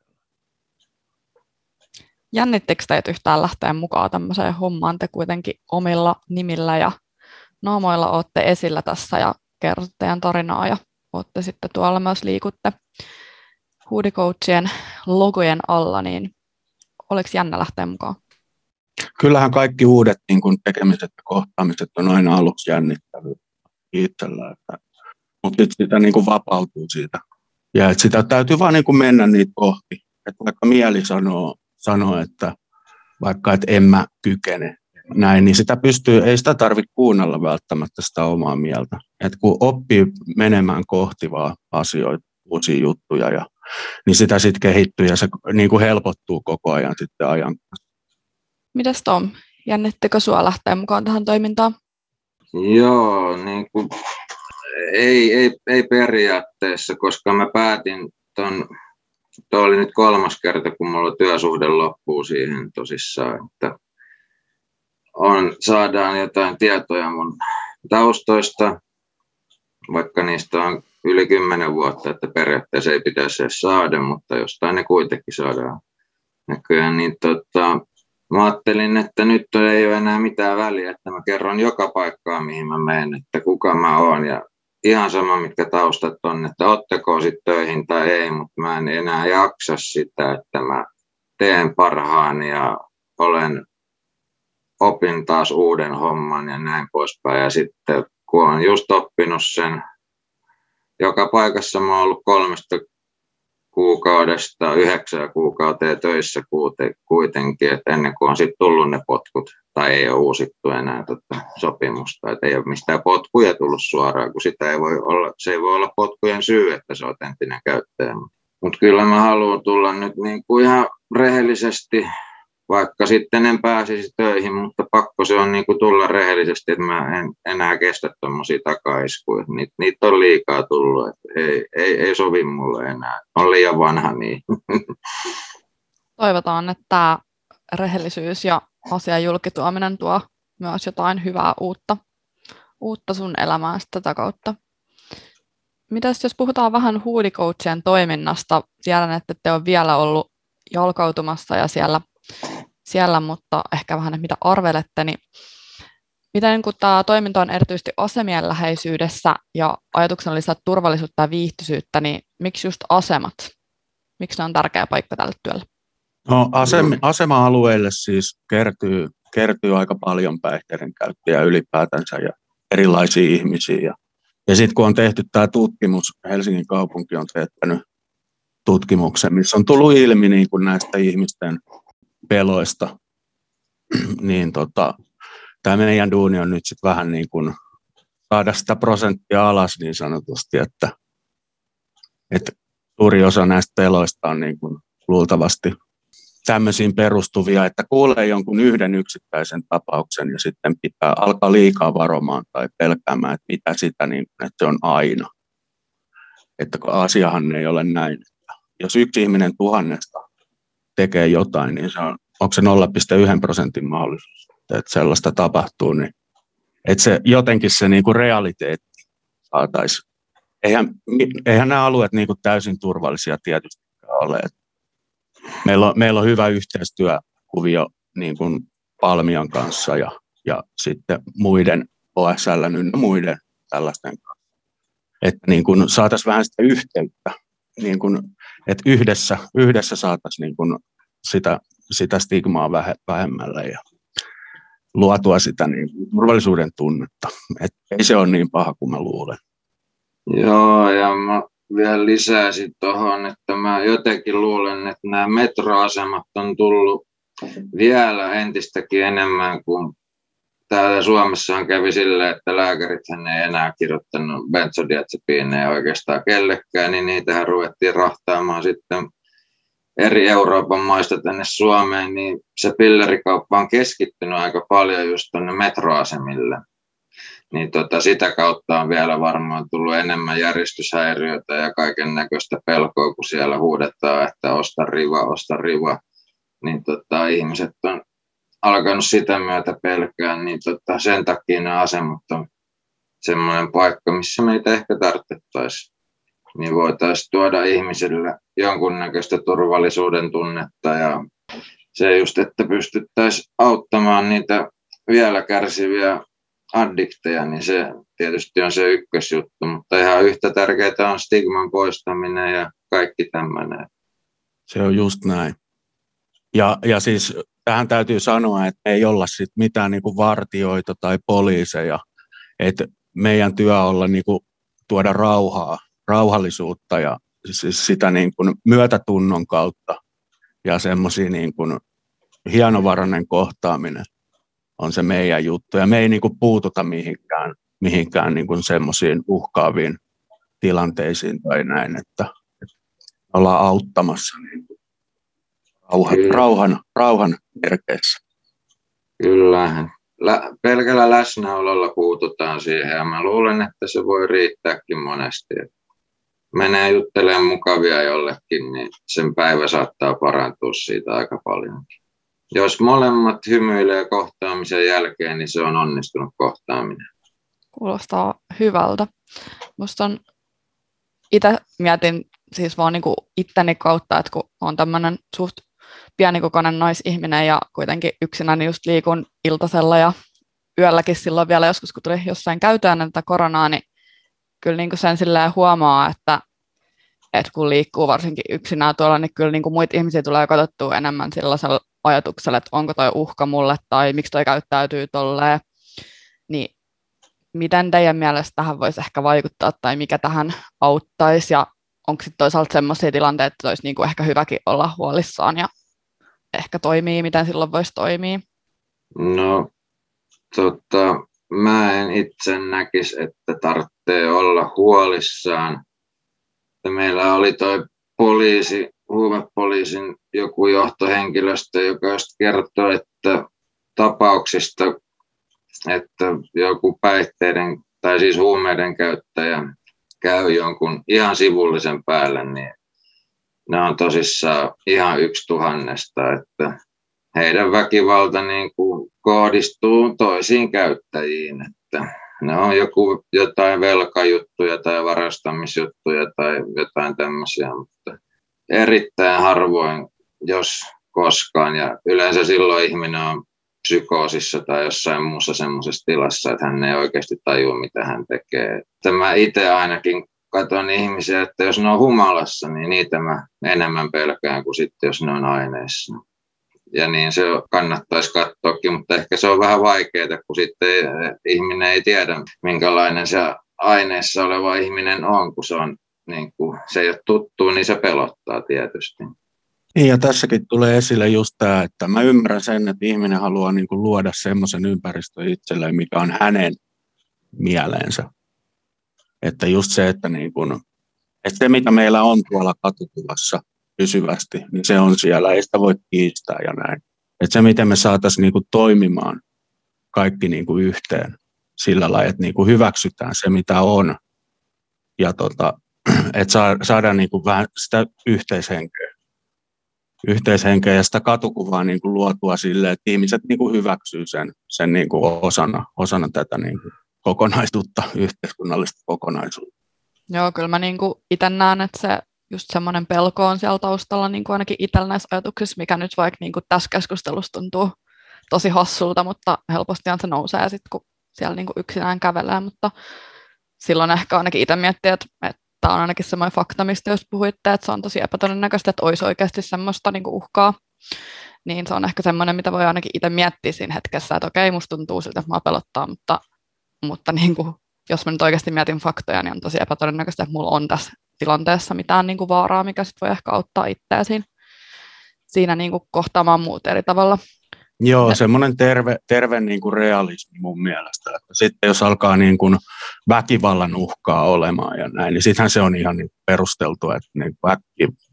Jännittekö teitä yhtään lähteä mukaan tämmöiseen hommaan? Te kuitenkin omilla nimillä ja naamoilla olette esillä tässä ja kerrotte teidän tarinaa ja olette sitten tuolla myös liikutte huudikoachien logojen alla, niin oliko jännä lähteä mukaan? Kyllähän kaikki uudet niin kun tekemiset ja kohtaamiset on aina aluksi jännittäviä itsellä, mutta nyt sitä niin kun vapautuu siitä. Ja että sitä täytyy vaan niin kun mennä niitä kohti. Että vaikka mieli sanoo, sanoo, että vaikka et en mä kykene näin, niin sitä pystyy, ei sitä tarvitse kuunnella välttämättä sitä omaa mieltä. Että kun oppii menemään kohti vaan asioita, uusia juttuja, ja, niin sitä sitten kehittyy ja se niin kuin helpottuu koko ajan sitten ajan kanssa. Mitäs Tom, jännittekö sua lähteä mukaan tähän toimintaan? Joo, niin kuin, ei, ei, ei periaatteessa, koska mä päätin ton, toi oli nyt kolmas kerta, kun mulla työsuhde loppuu siihen tosissaan, että on, saadaan jotain tietoja mun taustoista, vaikka niistä on yli kymmenen vuotta, että periaatteessa ei pitäisi edes saada, mutta jostain ne kuitenkin saadaan näköjään. Niin tota, mä ajattelin, että nyt ei ole enää mitään väliä, että mä kerron joka paikkaan, mihin mä menen, että kuka mä oon ja ihan sama, mitkä taustat on, että ottako sitten töihin tai ei, mutta mä en enää jaksa sitä, että mä teen parhaani ja olen opin taas uuden homman ja näin poispäin. Ja sitten kun olen just oppinut sen, joka paikassa mä oon ollut kolmesta kuukaudesta yhdeksää kuukauteen töissä kuitenkin, että ennen kuin on sitten tullut ne potkut, tai ei ole uusittu enää tota sopimusta, että ei ole mistään potkuja tullut suoraan, kun sitä ei voi olla, se ei voi olla potkujen syy, että se on entinen käyttäjä. Mutta kyllä mä haluan tulla nyt niin kuin ihan rehellisesti, vaikka sitten en pääsisi töihin, mutta pakko se on niin kuin tulla rehellisesti, että mä en enää kestä tuommoisia takaiskuja. Niitä, niitä on liikaa tullut, että ei, ei, ei sovi mulle enää. On liian vanha niin. Toivotaan, että tämä rehellisyys ja asian julkituominen tuo myös jotain hyvää uutta, uutta sun elämään tätä kautta. Mitäs jos puhutaan vähän huudikoachien toiminnasta? Tiedän, että te on vielä ollut jalkautumassa ja siellä siellä, mutta ehkä vähän, että mitä arvelette, niin miten kun tämä toiminta on erityisesti asemien läheisyydessä ja ajatuksena lisätä turvallisuutta ja viihtyisyyttä, niin miksi just asemat? Miksi ne on tärkeä paikka tälle työlle? No, asem- asema-alueille siis kertyy, kertyy aika paljon päihteiden käyttäjiä ylipäätänsä ja erilaisia ihmisiä. Ja, ja sitten kun on tehty tämä tutkimus, Helsingin kaupunki on tehnyt tutkimuksen, missä on tullut ilmi niin kuin näistä ihmisten peloista, niin tota, tämä meidän duuni on nyt sitten vähän niin kuin saada sitä prosenttia alas niin sanotusti, että, että suuri osa näistä peloista on niin kuin luultavasti tämmöisiin perustuvia, että kuulee jonkun yhden yksittäisen tapauksen ja sitten pitää alkaa liikaa varomaan tai pelkäämään, että mitä sitä, niin, että se on aina. Että asiahan ei ole näin. Jos yksi ihminen tuhannesta tekee jotain, niin se on, onko se nolla pilkku yksi prosentin mahdollisuus, että sellaista tapahtuu, niin että se jotenkin se niin kuin realiteetti saataisiin. Eihän, eihän nämä alueet niin kuin täysin turvallisia tietysti ole. Meillä on, meillä on hyvä yhteistyökuvio niin kuin Palmian kanssa ja, ja sitten muiden O S L ynnä muiden tällaisten kanssa. Että niin kuin saataisiin vähän sitä yhteyttä, niin kuin, että yhdessä, yhdessä saataisiin niin kuin sitä, sitä stigmaa vähemmälle ja luotua sitä niin kuin turvallisuuden tunnetta. Et ei se ole niin paha kuin mä luulen. Joo, ja mä vielä lisäisin tuohon, että mä jotenkin luulen, että nämä metroasemat on tullut vielä entistäkin enemmän kuin täällä Suomessahan kävi silleen, että lääkärithän ei enää kirjoittanut benzodiazepiineja oikeastaan kellekään, niin niitähän ruvettiin rahtaamaan sitten eri Euroopan maista tänne Suomeen, niin se pillerikauppa on keskittynyt aika paljon just tuonne metroasemille. Niin tota, sitä kautta on vielä varmaan tullut enemmän järjestyshäiriöitä ja kaiken näköistä pelkoa, kun siellä huudetaan, että osta riva, osta riva. Niin tota, ihmiset on alkanut sitä myötä pelkää, niin tota, sen takia nämä asemat on semmoinen paikka, missä meitä ehkä tarvittaisiin. Niin voitaisiin tuoda ihmisille jonkunnäköistä turvallisuuden tunnetta ja se just, että pystyttäisiin auttamaan niitä vielä kärsiviä addikteja, niin se tietysti on se ykkösjuttu, mutta ihan yhtä tärkeää on stigman poistaminen ja kaikki tämmöinen. Se on just näin. Ja, ja siis tähän täytyy sanoa, että ei olla sit mitään niinku vartijoita tai poliiseja, että meidän työ on olla niinku tuoda rauhaa, rauhallisuutta ja siis sitä niinku myötätunnon kautta ja semmoisia niinku hienovarainen kohtaaminen on se meidän juttu. Ja me ei niinku puututa mihinkään, mihinkään niinku semmoisiin uhkaaviin tilanteisiin tai näin, että, että ollaan auttamassa niinku rauhan, rauhan, rauhan merkeissä. Kyllä. Lä- pelkällä läsnäololla puututaan siihen ja mä luulen, että se voi riittääkin monesti. Menee juttelemaan mukavia jollekin, niin sen päivä saattaa parantua siitä aika paljonkin. Jos molemmat hymyilee kohtaamisen jälkeen, niin se on onnistunut kohtaaminen. Kuulostaa hyvältä. Musta on, itse mietin siis vaan niinku itteni kautta, että kun on tämmöinen suht pienikokoinen naisihminen ja kuitenkin yksinäni just liikun iltasella ja yölläkin silloin vielä joskus, kun tuli jossain käytyä tätä koronaa, niin kyllä niinku sen silleen huomaa, että, että kun liikkuu varsinkin yksinään tuolla, niin kyllä niinku muita ihmisiä tulee katsottua enemmän sellaisella ajatuksella, että onko toi uhka mulle tai miksi toi käyttäytyy tolleen. Niin miten teidän mielestä tähän voisi ehkä vaikuttaa tai mikä tähän auttaisi ja onko sitten toisaalta sellaisia tilanteita, että olisi niinku ehkä hyväkin olla huolissaan ja ehkä toimii, miten silloin voisi toimia? No, tota, mä en itse näkisi, että tarvitsee olla huolissaan. Meillä oli toi poliisi, huumepoliisin joku johtohenkilöstö, joka just kertoi, että tapauksista, että joku päihteiden tai siis huumeiden käyttäjä käy jonkun ihan sivullisen päälle, niin ne on tosissaan ihan yksi tuhannesta, että heidän väkivalta niin kuin kohdistuu toisiin käyttäjiin, että ne on joku, jotain velkajuttuja tai varastamisjuttuja tai jotain tämmöisiä, mutta erittäin harvoin, jos koskaan, ja yleensä silloin ihminen on psykoosissa tai jossain muussa semmoisessa tilassa, että hän ei oikeasti tajua, mitä hän tekee. Että mä itse ainakin katson ihmisiä, että jos ne on humalassa, niin niitä mä enemmän pelkään kuin sitten, jos ne on aineissa. Ja niin se kannattaisi katsoakin, mutta ehkä se on vähän vaikeaa, kun sitten ihminen ei tiedä, minkälainen se aineessa oleva ihminen on, kun se, on, niin kuin, se ei ole tuttu, niin se pelottaa tietysti. Ja tässäkin tulee esille just tämä, että mä ymmärrän sen, että ihminen haluaa niin kuin luoda semmoisen ympäristön itselleen, mikä on hänen mieleensä. Että just se, että, niin kuin, että se mitä meillä on tuolla katukuvassa pysyvästi, niin se on siellä, ei sitä voi kiistää ja näin. Että se miten me saataisiin niin kuin toimimaan kaikki niin kuin yhteen sillä lailla, että niin kuin hyväksytään se mitä on ja tota, että saadaan niin kuin vähän sitä yhteishenkeä. yhteishenkeä ja sitä katukuvaa niin kuin luotua silleen, että ihmiset niin kuin hyväksyy sen, sen niin kuin osana, osana tätä niin kuin kokonaisuutta, yhteiskunnallista kokonaisuutta. Joo, kyllä mä niin kuin itse näen, että se just semmoinen pelko on siellä taustalla niin kuin ainakin itsellä näissä ajatuksissa, mikä nyt vaikka niin kuin tässä keskustelussa tuntuu tosi hassulta, mutta helpostihan se nousee sitten, kun siellä niin kuin yksinään kävelee, mutta silloin ehkä ainakin itse miettii, että, että tämä on ainakin semmoinen fakta, mistä jos puhuitte, että se on tosi epätodennäköistä, että olisi oikeasti semmoista niin kuin uhkaa, niin se on ehkä semmoinen, mitä voi ainakin itse miettiä siinä hetkessä, että okei, musta tuntuu siltä, että mua pelottaa, mutta, mutta niin kuin, jos mä nyt oikeasti mietin faktoja, niin on tosi epätodennäköistä, että mulla on tässä tilanteessa mitään niin kuin vaaraa, mikä sitten voi ehkä auttaa itseä siinä, siinä niin kuin kohtaamaan muut eri tavalla. Joo, semmoinen terve, terve niin kuin realismi mun mielestä. Että sitten jos alkaa niin kuin väkivallan uhkaa olemaan ja näin, niin sittenhän se on ihan niin perusteltua, että niin väki,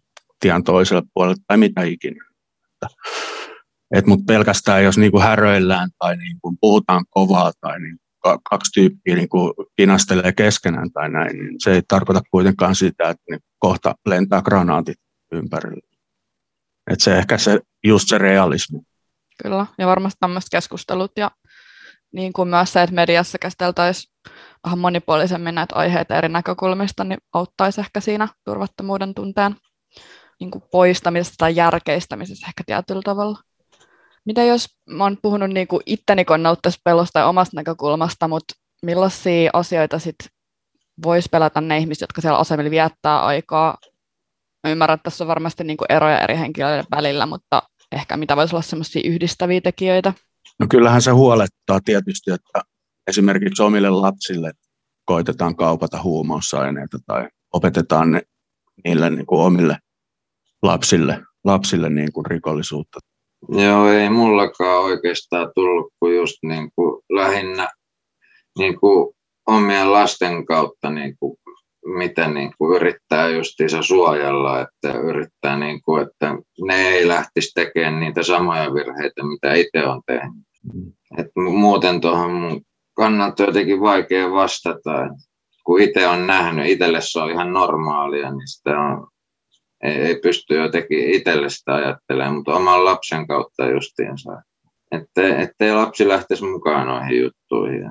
tien toiselle puolelle tai mitä ikinä. Et mut pelkästään jos niinku häröillään tai niinku puhutaan kovaa tai niinku kaksi tyyppiä niinku kinastelee keskenään tai näin, niin se ei tarkoita kuitenkaan sitä, että niinku kohta lentää granaatit ympärille. Et se ehkä se, just se realismi. Kyllä, ja varmasti tämmöiset keskustelut ja niin kuin myös se, että mediassa käsiteltäisiin vähän monipuolisemmin näitä aiheita eri näkökulmista, niin auttaisi ehkä siinä turvattomuuden tunteen niin kuin poistamisessa tai järkeistämisessä ehkä tietyllä tavalla. Mitä jos mä oon puhunut niin kuin itteni kannalta pelosta ja omasta näkökulmasta, mutta millaisia asioita sit voisi pelätä ne ihmiset, jotka siellä asemilla viettää aikaa? Mä ymmärrän, että tässä on varmasti niin kuin eroja eri henkilöiden välillä, mutta ehkä mitä voisi olla semmoisia yhdistäviä tekijöitä? No kyllähän se huolettaa tietysti, että esimerkiksi omille lapsille koitetaan kaupata huumausaineita tai opetetaan ne, niille niin kuin omille lapsille, lapsille niin kuin rikollisuutta. Joo, ei mullakaan oikeastaan tullut kuin just niin kuin lähinnä niin kuin omien lasten kautta, niin kuin, miten niin kuin yrittää justiinsa suojella, että yrittää, niin kuin, että ne ei lähtisi tekemään niitä samoja virheitä, mitä itse on tehnyt. Mm. Et muuten tuohon mun kannalta on jotenkin vaikea vastata, kun itse on nähnyt, itselle se on ihan normaalia, niin sitä on, ei, ei pysty jotenkin itselle sitä ajattelemaan, mutta oman lapsen kautta justiinsa, ettei, ettei lapsi lähtisi mukaan noihin juttuihin.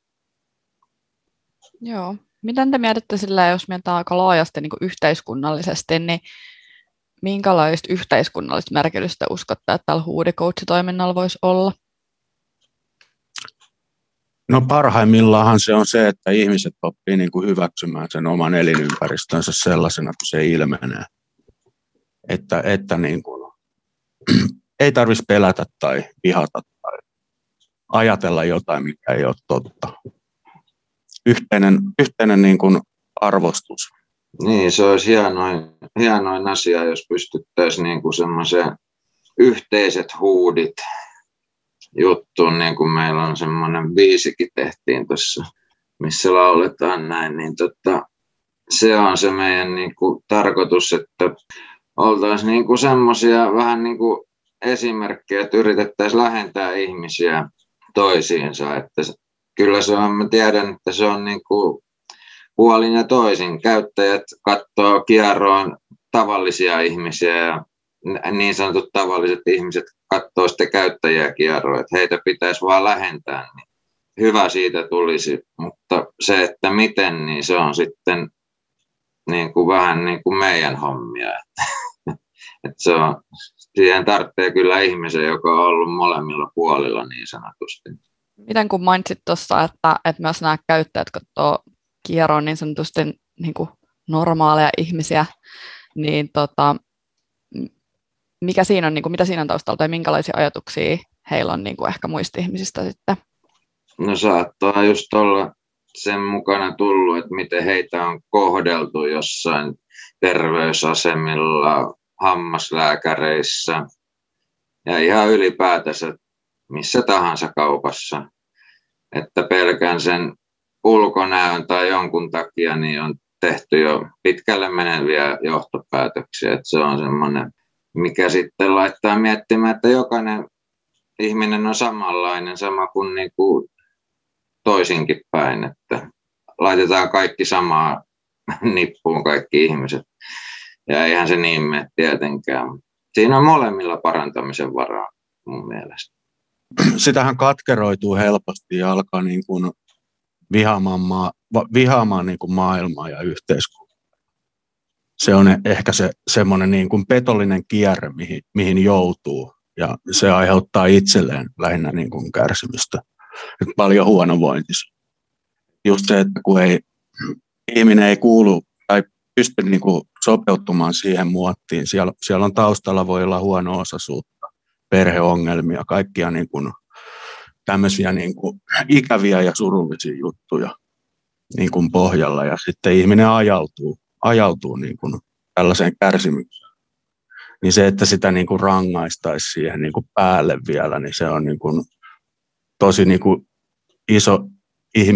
Joo. Miten te mietitte sillä, jos mietitään aika laajasti niin kuin yhteiskunnallisesti, niin minkälaista yhteiskunnallista merkitystä uskotte, että tällä huudicoach-toiminnalla voisi olla? No parhaimmillaanhan se on se, että ihmiset oppii niin kuin hyväksymään sen oman elinympäristönsä sellaisena kuin se ilmenee. Että, että niin kuin, ei tarvitsisi pelätä tai vihata tai ajatella jotain, mikä ei ole totta. Yhteinen, yhteinen niin kuin arvostus. Niin, se olisi hienoin, hienoin asia, jos pystyttäisiin niin kuin semmoisen yhteiset huudit juttuun, niin kuin meillä on semmoinen biisikin tehtiin tuossa, missä lauletaan näin, niin tota, se on se meidän niin kuin tarkoitus, että oltaisiin niin kuin semmoisia vähän niin kuin esimerkkejä, että yritettäisiin lähentää ihmisiä toisiinsa, että kyllä se on, mä tiedän, että se on niin kuin puolin ja toisin. Käyttäjät katsoo kierroon tavallisia ihmisiä ja niin sanotut tavalliset ihmiset katsoo sitten käyttäjiä kierroon, että heitä pitäisi vaan lähentää, niin hyvä siitä tulisi. Mutta se, että miten, niin se on sitten niin kuin vähän niin kuin meidän hommia. Että se on, siihen tarvitsee kyllä ihmisen, joka on ollut molemmilla puolilla niin sanotusti. Miten kun mainitsit tuossa, että, että myös nämä käyttäjät katsoo kierroon niin sanotusti niin kuin normaaleja ihmisiä, niin tota, mikä siinä on, niin kuin, mitä siinä on taustalla tai minkälaisia ajatuksia heillä on niin kuin ehkä muista ihmisistä sitten? No saattaa just olla sen mukana tullut, että miten heitä on kohdeltu jossain terveysasemilla, hammaslääkäreissä ja ihan ylipäätänsä missä tahansa kaupassa. Että pelkän sen ulkonäön tai jonkun takia niin on tehty jo pitkälle meneviä johtopäätöksiä. Että se on semmoinen, mikä sitten laittaa miettimään, että jokainen ihminen on samanlainen, sama kuin, niin kuin toisinkin päin. Että laitetaan kaikki samaa nippuun, kaikki ihmiset. Ja eihän se niin mene tietenkään. Siinä on molemmilla parantamisen varaa mun mielestä. Sitähän katkeroituu helposti ja alkaa niin kuin vihaamaan, maa, vihaamaan niin kuin maailmaa ja yhteiskuntaa. Se on ehkä se semmoinen niin kuin petollinen kierre, mihin, mihin joutuu, ja se aiheuttaa itselleen lähinnä niin kuin kärsimystä. Et paljon huonovointisuutta. Just se, että kun ei, ihminen ei kuulu tai pysty niin kuin sopeutumaan siihen muottiin, siellä, siellä on taustalla voi olla huono-osaisuutta, perheongelmia, kaikkia niin kuin tämmöisiä niin kuin ikäviä ja surullisia juttuja niin kuin pohjalla, ja sitten ihminen ajautuu, ajautuu niin kuin tällaiseen kärsimykseen. Niin se, että sitä niin kuin rangaistaisi siihen niin kuin päälle vielä, niin se on niin kuin tosi niin kuin iso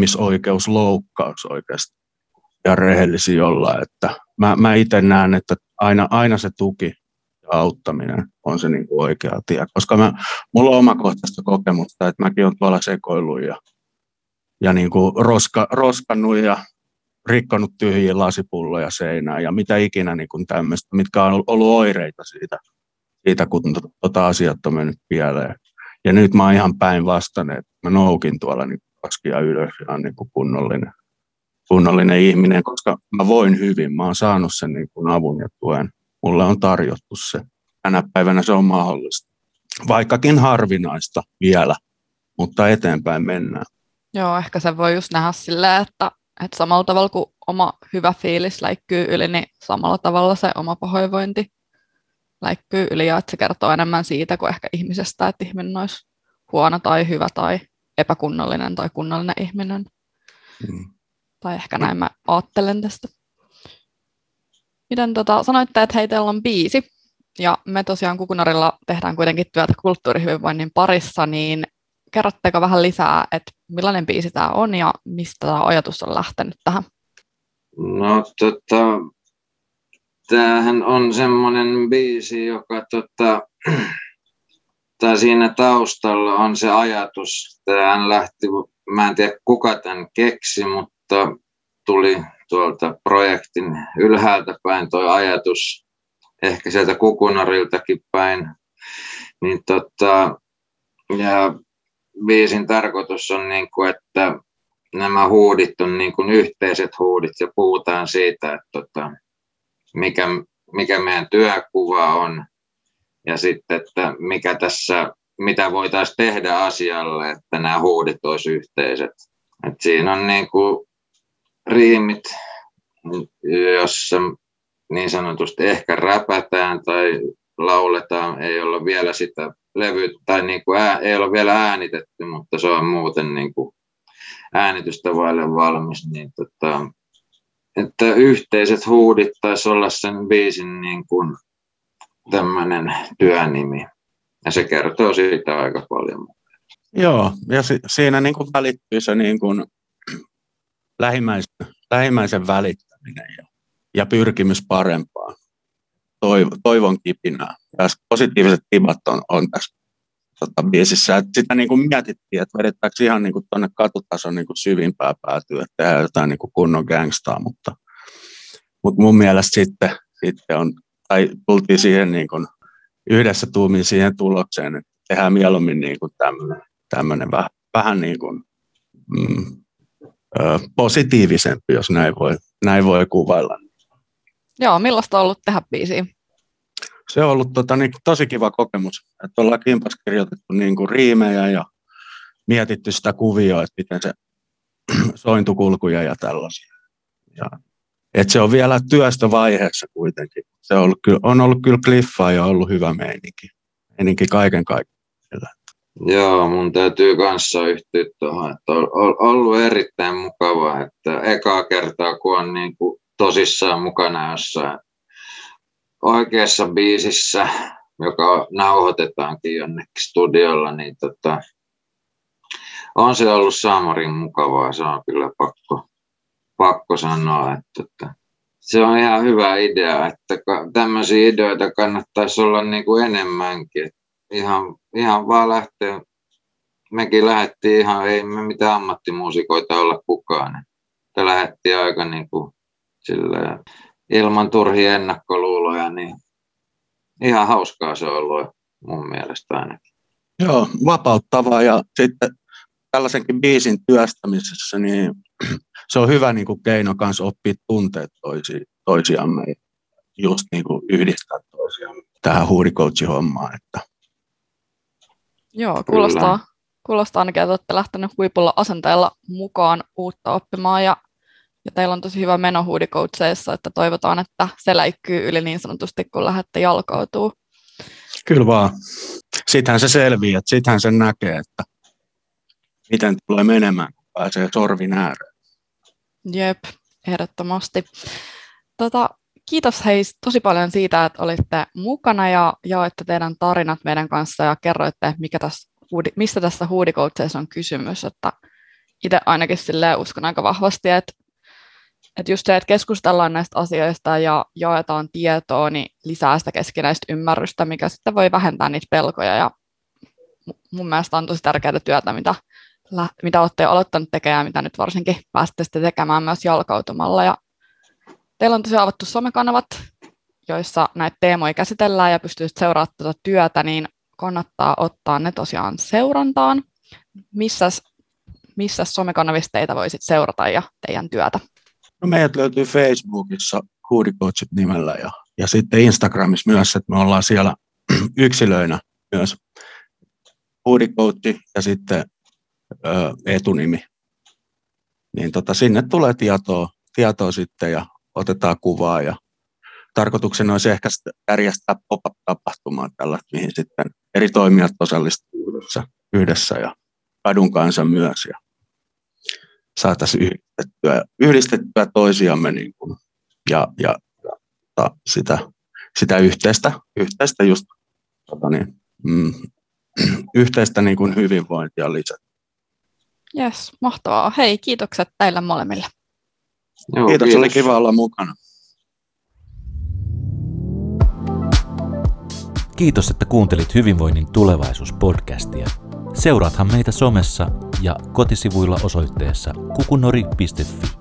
ihmisoikeusloukkaus oikeasti, ja rehellisiä olla. Että mä, mä itse näen, että aina, aina se tuki ja auttaminen on se niin kuin oikea tie. Koska mä, mulla on omakohtaista kokemusta, että mäkin olen tuolla sekoillut ja, ja niin kuin roska, roskannut ja rikkonut tyhjiä lasipulloja seinään ja mitä ikinä niin kuin tämmöistä, mitkä on ollut oireita siitä, siitä kun tota asiat on mennyt pieleen. Ja nyt mä oon ihan päinvastainen, että mä noukin tuolla niin kaskia ylös ja on niin kuin kunnollinen, kunnollinen ihminen, koska mä voin hyvin, mä oon saanut sen niin kuin avun ja tuen. Mulle on tarjottu se. Tänä päivänä se on mahdollista. Vaikkakin harvinaista vielä, mutta eteenpäin mennään. Joo, ehkä se voi just nähdä silleen, että, että samalla tavalla kuin oma hyvä fiilis läikkyy yli, niin samalla tavalla se oma pahoinvointi läikkyy yli, ja että se kertoo enemmän siitä kuin ehkä ihmisestä, että ihminen olisi huono tai hyvä tai epäkunnollinen tai kunnollinen ihminen. Mm. Tai ehkä näin mä ajattelen tästä. Miten tota, sanoitte, että hei, teillä on biisi, ja me tosiaan Kukunarilla tehdään kuitenkin työtä kulttuurihyvinvoinnin parissa, niin kerrotteko vähän lisää, että millainen biisi tämä on ja mistä tämä ajatus on lähtenyt tähän? No tota, tämähän on semmoinen biisi, joka tota, tai siinä taustalla on se ajatus. Tämähän lähti, mä en tiedä kuka tämän keksi, mutta tuli tuolta projektin ylhäältä päin tuo ajatus, ehkä sieltä Kukunariltakin päin. Niin tota, ja biisin tarkoitus on, niin kuin, että nämä huudit on niin kuin yhteiset huudit ja puhutaan siitä, että tota, mikä, mikä meidän työkuva on ja sitten, että mikä tässä, mitä voitaisiin tehdä asialle, että nämä huudit olisi yhteiset. Et siinä on niin kuin riimit, jossa niin sanotusti ehkä räpätään tai lauletaan, ei olla vielä sitä levy, tai niin kuin ää, ei ole vielä äänitetty, mutta se on muuten niin kuin äänitystä vaille valmis, niin tota, että yhteiset huudit taisi olla sen biisin niin kuin tämmöinen työnimi, ja se kertoo siitä aika paljon. Joo, ja si- siinä niin kuin välittyy se niin kuin lähimmäisen, lähimmäisen välittäminen ja, ja pyrkimys parempaan, Toiv- toivon kipinää. Ja positiiviset tibat on, on tässä tota, biisissä. Et sitä niin kuin mietittiin, että vedetäänkö ihan niin kuin tuonne katutason niin kuin syvimpää päätyä, että tehdään jotain niin kuin kunnon gangstaa, mutta, mutta mun mielestä sitten, sitten on, tai tultiin siihen niin kuin yhdessä tuumiin siihen tulokseen, että tehdään mieluummin niin kuin tämmöinen, tämmöinen vähän, vähän niin kuin, mm, ö, positiivisempi, jos näin voi, näin voi kuvailla. Joo, millaista on ollut tehdä biisiä? Se on ollut tota, niin, tosi kiva kokemus, että ollaan kimpas kirjoitettu niin kuin riimejä ja mietitty sitä kuvioa, että miten se sointukulkuja ja tällaisia. Ja, että se on vielä työstövaiheessa kuitenkin. Se on ollut, on ollut kyllä kliffaa ja ollut hyvä meininki. Meininki kaiken kaikkiaan. Joo, mun täytyy kanssa yhtyä tuohon, että on ollut erittäin mukavaa, että ekaa kertaa kun on niin kuin tosissaan mukana jossain oikeassa biisissä, joka nauhoitetaankin jonnekin studiolla, niin tota, on se ollut saamarin mukavaa, se on kyllä pakko, pakko sanoa, että, että se on ihan hyvä idea, että tämmöisiä ideoita kannattaisi olla niin kuin enemmänkin, että ihan, ihan vaan lähtee, mekin lähdettiin ihan, ei me mitään ammattimuusikoita olla kukaan, että lähdettiin aika niin kuin sillä ilman turhia ennakkoluuloja, niin ihan hauskaa se on ollut mun mielestä ainakin. Joo, vapauttavaa ja sitten tällaisenkin biisin työstämisessä, niin se on hyvä niin kuin keino kanssa oppia tunteet toisi, toisiamme ja just niin kuin yhdistää toisiamme tähän huudikoutsi-hommaan. Että. Joo, kuulostaa, kuulostaa ainakin, että olette lähteneet huipulla asenteella mukaan uutta oppimaan ja Ja teillä on tosi hyvä meno huudikoutseissa, että toivotaan, että se läikkyy yli niin sanotusti, kun lähdette jalkautuu. Kyllä vaan. Sittenhän se selviää, että sittenhän se näkee, että miten tulee menemään, kun pääsee sorvin ääreen. Jep, ehdottomasti. Tota, kiitos hei tosi paljon siitä, että olitte mukana ja jaoitte teidän tarinat meidän kanssa ja kerroitte, mikä tässä, mistä tässä huudikoutseissa on kysymys. Että itse ainakin silleen uskon aika vahvasti, että Että just se, että keskustellaan näistä asioista ja jaetaan tietoa, niin lisää sitä keskinäistä ymmärrystä, mikä sitten voi vähentää niitä pelkoja. Ja mun mielestä on tosi tärkeää työtä, mitä, mitä olette jo aloittanut tekemään, mitä nyt varsinkin pääsette sitten tekemään myös jalkautumalla. Ja teillä on tosiaan avattu somekanavat, joissa näitä teemoja käsitellään ja pystyy seuraamaan tuota työtä, niin kannattaa ottaa ne tosiaan seurantaan. Missäs, missäs somekanavista teitä voisit seurata ja teidän työtä? No meidät löytyy Facebookissa Hoodie Coachit nimellä ja, ja sitten Instagramissa myös, että me ollaan siellä yksilöinä myös Hoodie Coach ja sitten ö, etunimi. Niin tota, sinne tulee tietoa, tietoa sitten ja otetaan kuvaa ja tarkoituksena olisi ehkä järjestää pop-up-tapahtumaa tällä, mihin sitten eri toimijat osallistuvat yhdessä, yhdessä ja kadun kanssa myös ja saataisiin yhdistettyä, yhdistettyä toisiamme niin kuin, ja, ja, ja sitä, sitä yhteistä, yhteistä, just, tota niin, mm, yhteistä niin kuin hyvinvointia lisätä. Jes, mahtavaa. Hei, kiitokset teille molemmille. Joo, kiitos, kiitos, oli kiva olla mukana. Kiitos, että kuuntelit Hyvinvoinnin tulevaisuus-podcastia. Seuraathan meitä somessa ja kotisivuilla osoitteessa kukunori piste fi.